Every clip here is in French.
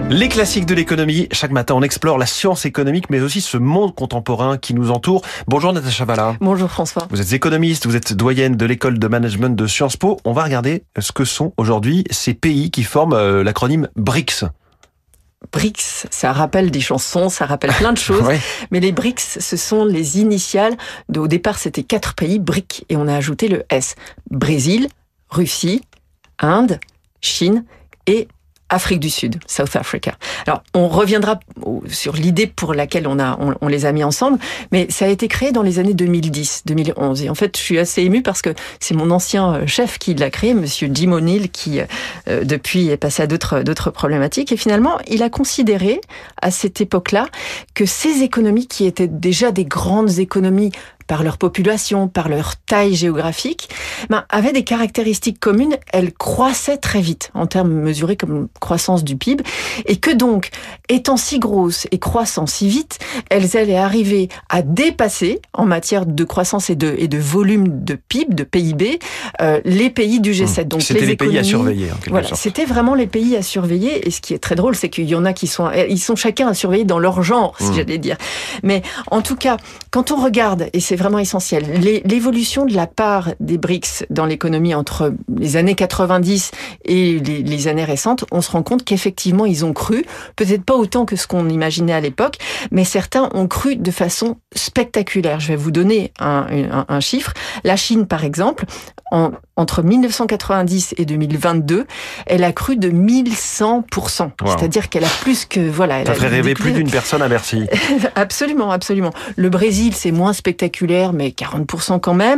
Les classiques de l'économie. Chaque matin, on explore la science économique, mais aussi ce monde contemporain qui nous entoure. Bonjour Natacha Valla. Bonjour François. Vous êtes économiste, vous êtes doyenne de l'école de management de Sciences Po. On va regarder ce que sont aujourd'hui ces pays qui forment l'acronyme BRICS. BRICS, ça rappelle des chansons, ça rappelle plein de choses. Ouais. Mais les BRICS, ce sont les initiales. Au départ, c'était 4 pays, BRIC, et on a ajouté le S. Brésil, Russie, Inde, Chine et Afrique du Sud, South Africa. Alors, on reviendra sur l'idée pour laquelle on les a mis ensemble, mais ça a été créé dans les années 2010-2011. Et en fait, je suis assez émue parce que c'est mon ancien chef qui l'a créé, monsieur Jim O'Neill, qui depuis est passé à d'autres problématiques. Et finalement, il a considéré à cette époque-là que ces économies qui étaient déjà des grandes économies par leur population, par leur taille géographique, avaient des caractéristiques communes. Elles croissaient très vite, en termes mesurés comme croissance du PIB, et que donc, étant si grosses et croissant si vite, elles allaient arriver à dépasser, en matière de croissance et de volume de PIB, de PIB, les pays du G7. Donc, c'était les pays à surveiller, en quelque voilà, sorte. c'était vraiment les pays à surveiller, et ce qui est très drôle, c'est qu'il y en a ils sont chacun à surveiller dans leur genre, si j'allais dire. Mais en tout cas, quand on regarde, et c'est vraiment essentiel, l'évolution de la part des BRICS dans l'économie entre les années 90 et les années récentes, on se rend compte qu'effectivement, ils ont cru, peut-être pas autant que ce qu'on imaginait à l'époque, mais certains ont cru de façon spectaculaire. Je vais vous donner un chiffre. La Chine, par exemple, entre 1990 et 2022, elle a cru de 1100%. Wow. C'est-à-dire qu'elle a plus que... Voilà, ça ferait rêver plus d'une personne à Bercy. Absolument, absolument. Le Brésil, c'est moins spectaculaire, mais 40% quand même.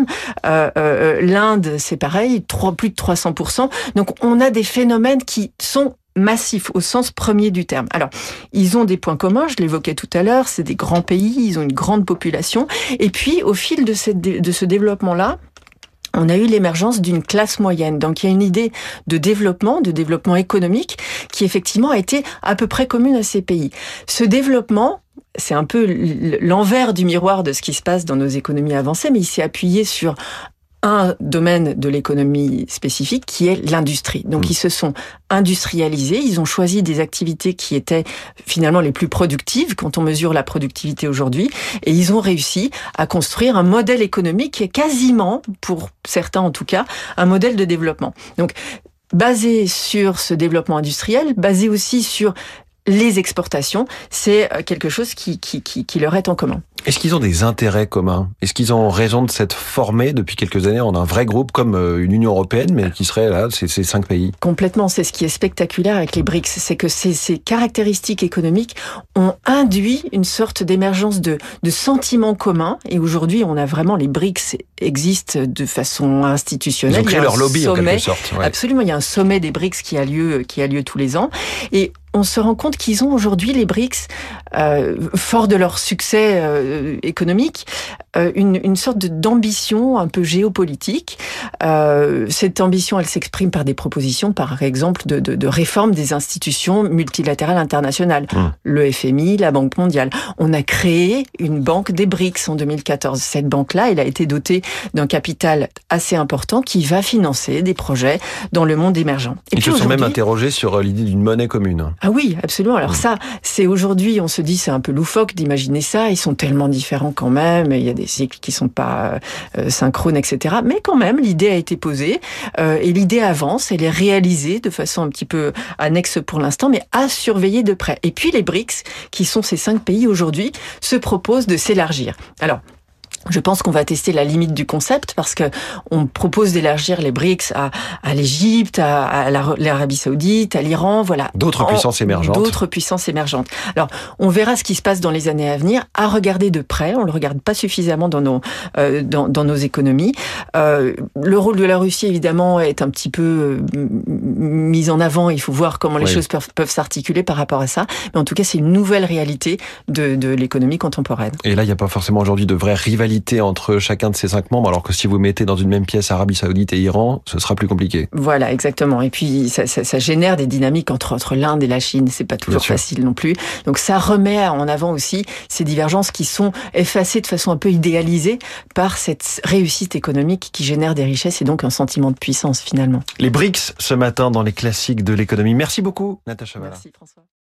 L'Inde, c'est pareil, plus de 300%. Donc, on a des phénomènes qui sont massifs au sens premier du terme. Alors, ils ont des points communs, je l'évoquais tout à l'heure, c'est des grands pays, ils ont une grande population. Et puis, au fil de ce développement-là, on a eu l'émergence d'une classe moyenne. Donc, il y a une idée de développement économique qui, effectivement, a été à peu près commune à ces pays. Ce développement, c'est un peu l'envers du miroir de ce qui se passe dans nos économies avancées, mais il s'est appuyé sur un domaine de l'économie spécifique qui est l'industrie. Donc, ils se sont industrialisés, ils ont choisi des activités qui étaient finalement les plus productives quand on mesure la productivité aujourd'hui, et ils ont réussi à construire un modèle économique qui est quasiment, pour certains en tout cas, un modèle de développement. Donc, basé sur ce développement industriel, basé aussi sur les exportations, c'est quelque chose qui leur est en commun. Est-ce qu'ils ont des intérêts communs? Est-ce qu'ils ont raison de s'être formés depuis quelques années en un vrai groupe comme une Union européenne, mais qui serait là, ces 5 pays? Complètement. C'est ce qui est spectaculaire avec les BRICS. C'est que ces caractéristiques économiques ont induit une sorte d'émergence de sentiments communs. Et aujourd'hui, on a vraiment, les BRICS existent de façon institutionnelle. Ils ont créé leur lobby, en quelque sorte. Ouais. Absolument. Il y a un sommet des BRICS qui a lieu tous les ans. Et on se rend compte qu'ils ont aujourd'hui, les BRICS, fort de leur succès économique, une sorte d'ambition un peu géopolitique. Cette ambition, elle s'exprime par des propositions, par exemple, de réforme des institutions multilatérales internationales. Le FMI, la Banque mondiale. On a créé une banque des BRICS en 2014. Cette banque-là, elle a été dotée d'un capital assez important qui va financer des projets dans le monde émergent. Ils se sont même interrogés sur l'idée d'une monnaie commune. Ah oui, absolument. Alors ça, c'est aujourd'hui, on se dit, c'est un peu loufoque d'imaginer ça. Ils sont tellement différents quand même. Il y a des cycles qui sont pas synchrones, etc. Mais quand même, l'idée a été posée et l'idée avance. Elle est réalisée de façon un petit peu annexe pour l'instant, mais à surveiller de près. Et puis les BRICS, qui sont ces 5 pays aujourd'hui, se proposent de s'élargir. Alors, je pense qu'on va tester la limite du concept parce que on propose d'élargir les BRICS à l'Égypte, à l'Arabie Saoudite, à l'Iran, voilà. D'autres puissances émergentes. Alors, on verra ce qui se passe dans les années à venir, à regarder de près. On le regarde pas suffisamment dans nos économies. Le rôle de la Russie, évidemment, est un petit peu mis en avant. Il faut voir comment les choses peuvent s'articuler par rapport à ça. Mais en tout cas, c'est une nouvelle réalité de l'économie contemporaine. Et là, il n'y a pas forcément aujourd'hui de vraie rivalité entre chacun de ces 5 membres, alors que si vous mettez dans une même pièce Arabie Saoudite et Iran, ce sera plus compliqué. Voilà, exactement. Et puis, ça génère des dynamiques entre l'Inde et la Chine. C'est pas toujours facile non plus. Donc, ça remet en avant aussi ces divergences qui sont effacées de façon un peu idéalisée par cette réussite économique qui génère des richesses et donc un sentiment de puissance, finalement. Les BRICS, ce matin, dans les classiques de l'économie. Merci beaucoup, Natacha Valla. Merci, François.